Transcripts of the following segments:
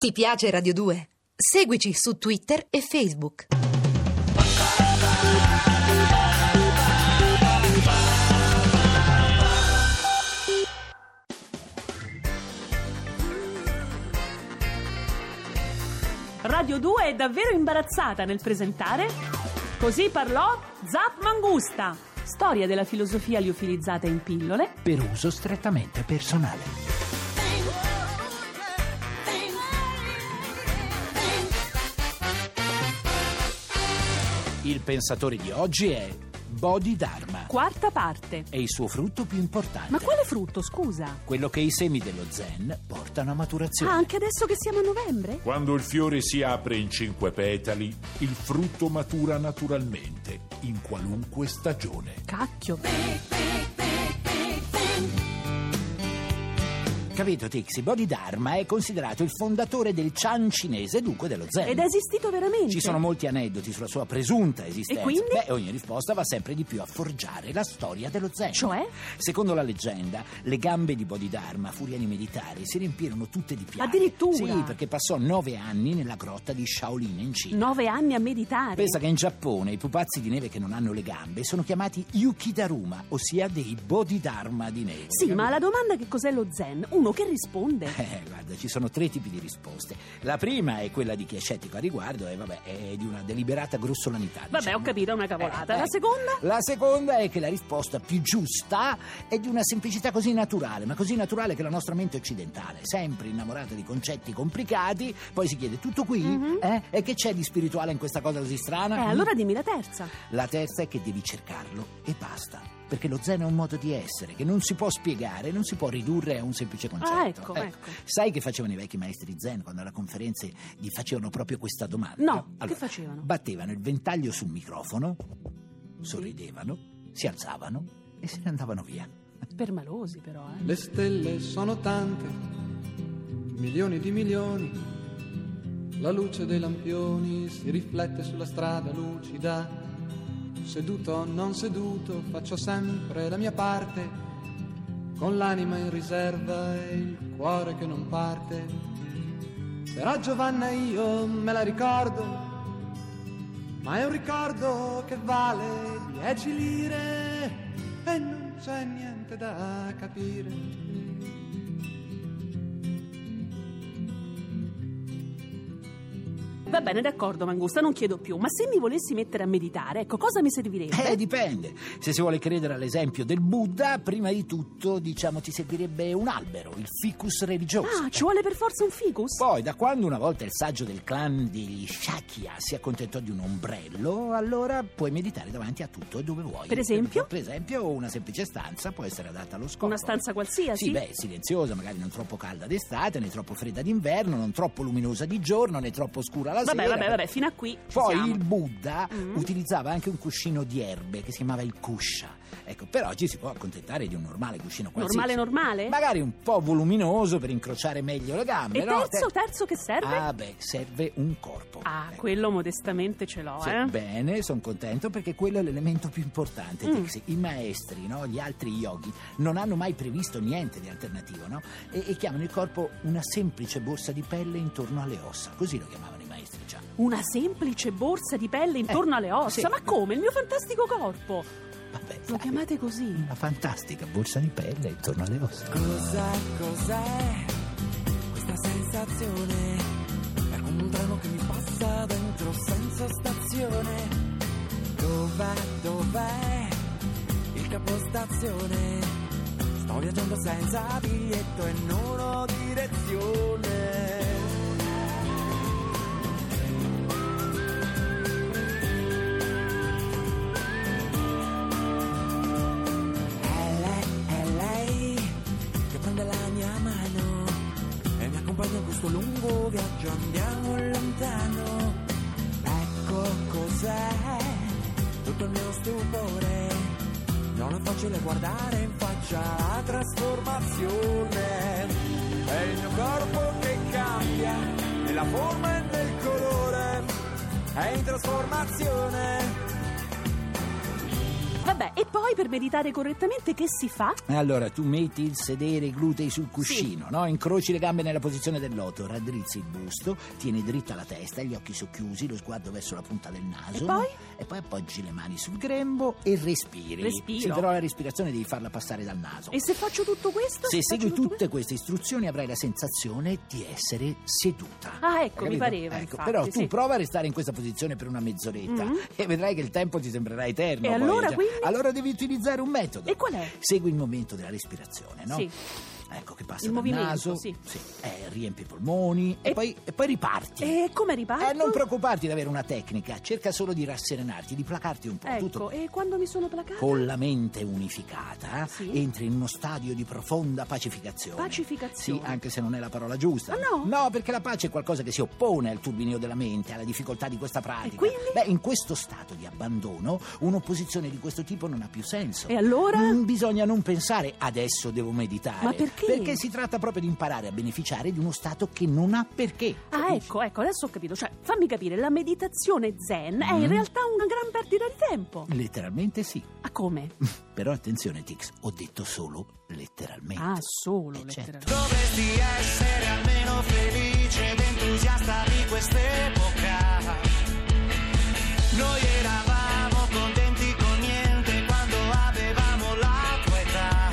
Ti piace Radio 2? Seguici su Twitter e Facebook. Radio 2 è davvero imbarazzata nel presentare Così parlò Zap Mangusta, storia della filosofia liofilizzata in pillole per uso strettamente personale. Il pensatore di oggi è Bodhidharma. Quarta parte. È il suo frutto più importante. Ma quale frutto, scusa? Quello che i semi dello zen portano a maturazione. Ah, anche adesso che siamo a novembre? Quando il fiore si apre in 5 petali, il frutto matura naturalmente, in qualunque stagione. Cacchio. Capito, Tixi? Bodhidharma è considerato il fondatore del Chan cinese, dunque dello zen. Ed è esistito veramente? Ci sono molti aneddoti sulla sua presunta esistenza. E quindi? Ogni risposta va sempre di più a forgiare la storia dello zen. Cioè? Secondo la leggenda, le gambe di Bodhidharma, a furia di meditare, si riempirono tutte di piaghe. Addirittura? Sì, perché passò 9 anni nella grotta di Shaolin in Cina. 9 anni a meditare? Pensa che in Giappone i pupazzi di neve che non hanno le gambe sono chiamati Yukidaruma, ossia dei Bodhidharma di neve. Sì, ma la domanda che cos'è lo zen? Uno che risponde? Guarda, ci sono 3 tipi di risposte. La prima è quella di chi è scettico a riguardo e è di una deliberata grossolanità. Vabbè, ho capito, è una cavolata. La seconda? La seconda è che la risposta più giusta è di una semplicità così naturale, ma così naturale che la nostra mente occidentale, sempre innamorata di concetti complicati, poi si chiede tutto qui? E che c'è di spirituale in questa cosa così strana? Allora dimmi la terza. La terza è che devi cercarlo e basta. Perché lo zen è un modo di essere che non si può spiegare, non si può ridurre a un semplice concetto. Ah, ecco. Sai che facevano i vecchi maestri zen quando alle conferenze gli facevano proprio questa domanda? No, allora, che facevano? Battevano il ventaglio sul microfono, sorridevano, si alzavano e se ne andavano via. Permalosi però, eh. Le stelle sono tante, milioni di milioni. La luce dei lampioni si riflette sulla strada lucida. Seduto o non seduto, faccio sempre la mia parte, con l'anima in riserva e il cuore che non parte. Però Giovanna io me la ricordo, ma è un ricordo che vale 10 lire e non c'è niente da capire. Va bene, d'accordo, Mangusta, non chiedo più. Ma se mi volessi mettere a meditare, ecco, cosa mi servirebbe? Dipende. Se si vuole credere all'esempio del Buddha, prima di tutto, diciamo, ti servirebbe un albero, il ficus religioso. Ah, ci vuole per forza un ficus? Poi, da quando una volta il saggio del clan degli Shakya si accontentò di un ombrello, allora puoi meditare davanti a tutto e dove vuoi. Per esempio? Per esempio, una semplice stanza può essere adatta allo scopo. Una stanza qualsiasi? Sì, silenziosa, magari non troppo calda d'estate, né troppo fredda d'inverno, non troppo luminosa di giorno, né troppo scura la sera. Vabbè, fino a qui Poi siamo. il Buddha utilizzava anche un cuscino di erbe che si chiamava il kusha. Ecco, per oggi si può accontentare di un normale cuscino qualsiasi. Normale? Magari un po' voluminoso per incrociare meglio le gambe, E no? terzo che serve? Serve un corpo. Ah, quello modestamente ce l'ho, Sì, bene, sono contento perché quello è l'elemento più importante, Tixi. I maestri, no? Gli altri yogi non hanno mai previsto niente di alternativo, no? E chiamano il corpo una semplice borsa di pelle intorno alle ossa, così lo chiamavano i maestri già. Una semplice borsa di pelle intorno alle ossa? Sì. Ma come? Il mio fantastico corpo? Vabbè, Lo chiamate così? una fantastica borsa di pelle intorno alle ossa. Cos'è questa sensazione? È come un treno che mi passa dentro senza stazione. Dov'è il capostazione? Sto viaggiando senza biglietto e non ho direzione. In questo lungo viaggio andiamo lontano. Ecco cos'è tutto il mio stupore. Non è facile guardare in faccia la trasformazione. È il mio corpo che cambia nella forma e nel colore. È in trasformazione. Vabbè, e poi per meditare correttamente che si fa? Allora, tu metti il sedere, i glutei sul cuscino, no? Incroci le gambe nella posizione del loto, raddrizzi il busto, tieni dritta la testa, gli occhi socchiusi, lo sguardo verso la punta del naso. E poi? E poi appoggi le mani sul grembo e respiri. Respiro. Sì, però la respirazione devi farla passare dal naso. E se faccio tutto questo? Se Faccio segui tutto tutte queste istruzioni avrai la sensazione di essere seduta. Ah, ecco, Hai mi capito? pareva, Ecco, infatti, però tu sì. prova a restare in questa posizione per una mezz'oretta e vedrai che il tempo ti sembrerà eterno. E poi, allora, cioè. quindi? Allora devi utilizzare un metodo. E qual è? Segui il momento della respirazione, no? Sì. Ecco che passa Il dal movimento, naso, sì. riempi i polmoni e poi riparti. E come riparto? Non preoccuparti di avere una tecnica, cerca solo di rasserenarti, di placarti un po'. Ecco, Tutto e quando mi sono placata? con la mente unificata, Sì. entri in uno stadio di profonda pacificazione. Pacificazione? Sì, anche se non è la parola giusta. Ah, no? No, perché la pace è qualcosa che si oppone al turbinio della mente, alla difficoltà di questa pratica. E quindi? Beh, in questo stato di abbandono, un'opposizione di questo tipo non ha più senso. E allora? Bisogna non pensare, adesso devo meditare. Ma perché? Perché si tratta proprio di imparare a beneficiare di uno stato che non ha perché. Ah, capisci? ecco, adesso ho capito. Cioè, fammi capire, la meditazione zen è in realtà una gran perdita di tempo. Letteralmente sì. Ah, come? Però attenzione, Tix, ho detto solo letteralmente. Ah, solo certo. letteralmente. Dovresti essere almeno felice ed entusiasta di quest'epoca. Noi eravamo contenti con niente quando avevamo la tua età.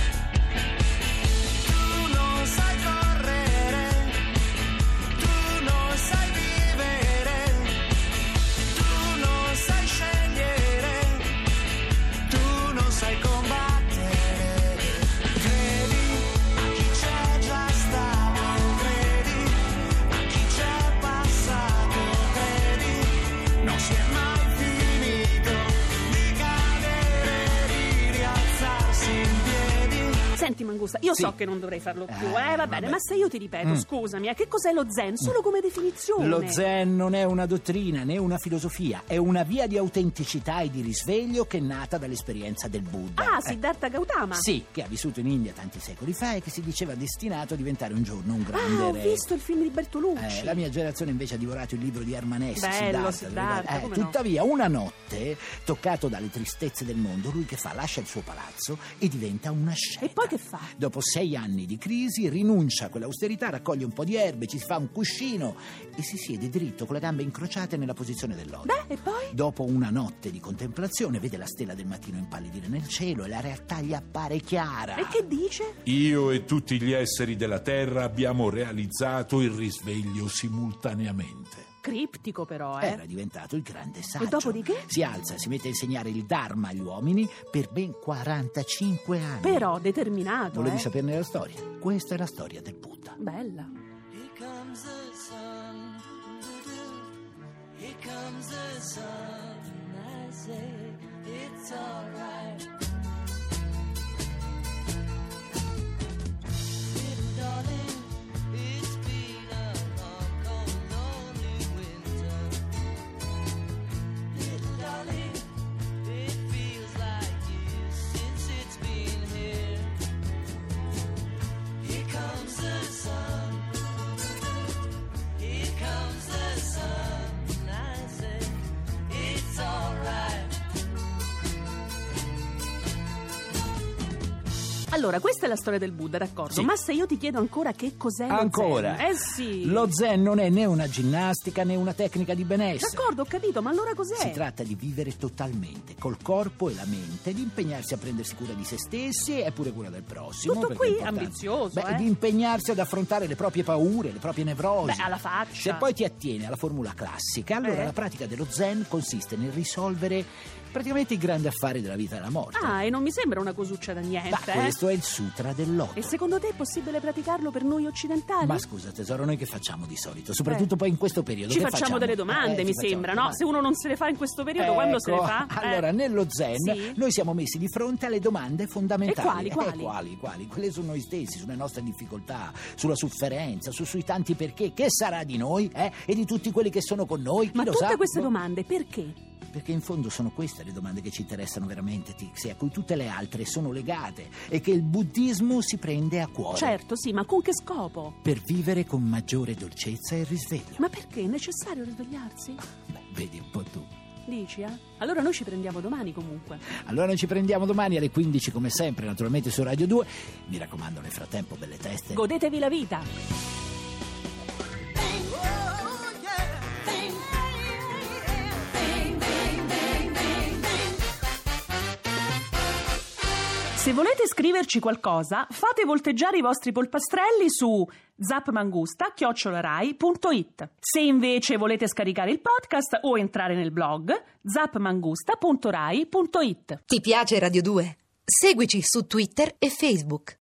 Tu non sai correre, tu non sai vivere, tu non sai scegliere, tu non sai combattere. Credi a chi c'è già stato, credi a chi c'è passato, credi non si è mai finito di cadere, di rialzarsi in piedi. Senti, Mangusta, io Sì. so che non dovrei farlo più, va va bene, bene. ma se io ti ripeto, scusami, che cos'è lo zen? Solo come definizione. Lo zen non è una dottrina né una filosofia, è una via di autenticità e di risveglio che è nata dall'esperienza del Buddha. Ah, Siddhartha Gautama. Sì, che ha vissuto in India tanti secoli fa e che si diceva destinato a diventare un giorno un grande Ah, ho re. visto il film di Bertolucci. La mia generazione invece ha divorato il libro di Herman Hesse, Bello, Siddhartha, Siddhartha, come no? tuttavia una notte, toccato dalle tristezze del mondo, lui che fa? Lascia il suo palazzo e diventa una asceta. E poi che fa? Dopo 6 anni di crisi rinuncia a quell'austerità, raccoglie un po' di erbe, ci fa un cuscino e si siede dritto con le gambe incrociate nella posizione del loto. Beh, e poi? Dopo una notte di contemplazione vede la stella del mattino impallidire nel cielo e la realtà gli appare chiara. E che dice? Io e tutti gli esseri della Terra abbiamo realizzato il risveglio simultaneamente. Criptico però, Era diventato il grande saggio. E dopodiché? Si alza, si mette a insegnare il Dharma agli uomini per ben 45 anni. Però determinato, Volevi saperne la storia? Questa è la storia del Buddha. Bella. Here comes the sun, here comes the sun, I say it's alright. Little darling, it's been a long, cold, lonely winter. Little darling, it feels like years since it's been here. Here comes the sun. Here comes the sun, I say it's alright. Allora, questa è la storia del Buddha, d'accordo? Sì. Ma se io ti chiedo ancora che cos'è Ancora? lo zen? Sì. Lo zen non è né una ginnastica né una tecnica di benessere. D'accordo, ho capito, ma allora cos'è? Si tratta di vivere totalmente, col corpo e la mente, di impegnarsi a prendersi cura di se stessi e pure cura del prossimo. Tutto perché è qui? importante. Ambizioso, Beh, di impegnarsi ad affrontare le proprie paure, le proprie nevrosi. Beh, alla faccia. Se poi ti attieni alla formula classica, allora la pratica dello zen consiste nel risolvere praticamente i grandi affari della vita e della morte. Ah, e non mi sembra una cosuccia da niente, Ma questo è il sutra del loto. E secondo te è possibile praticarlo per noi occidentali? Ma scusa tesoro, noi che facciamo di solito? Soprattutto poi in questo periodo. Ci che facciamo delle domande, mi ci facciamo sembra, delle no? domande. Se uno non se le fa in questo periodo, quando se le fa? Allora, nello zen Sì? noi siamo messi di fronte alle domande fondamentali. E quali? Quali? Quelle su noi stessi, sulle nostre difficoltà, sulla sofferenza, sui tanti perché. Che sarà di noi, E di tutti quelli che sono con noi? Chi Ma lo tutte sa? queste No. domande, perché? Perché in fondo sono queste le domande che ci interessano veramente, Tix, e a cui tutte le altre sono legate e che il buddismo si prende a cuore. Certo, sì, ma con che scopo? Per vivere con maggiore dolcezza e risveglio. Ma perché? È necessario risvegliarsi? Beh, vedi un po' tu. Dici, eh? Allora noi ci prendiamo domani comunque. Allora ci prendiamo domani alle 15 come sempre, naturalmente su Radio 2. Mi raccomando, nel frattempo, belle teste, Godetevi la vita. Se volete scriverci qualcosa, fate volteggiare i vostri polpastrelli su zapmangusta@rai.it. Se invece volete scaricare il podcast o entrare nel blog, zapmangusta.rai.it. Ti piace Radio 2? Seguici su Twitter e Facebook.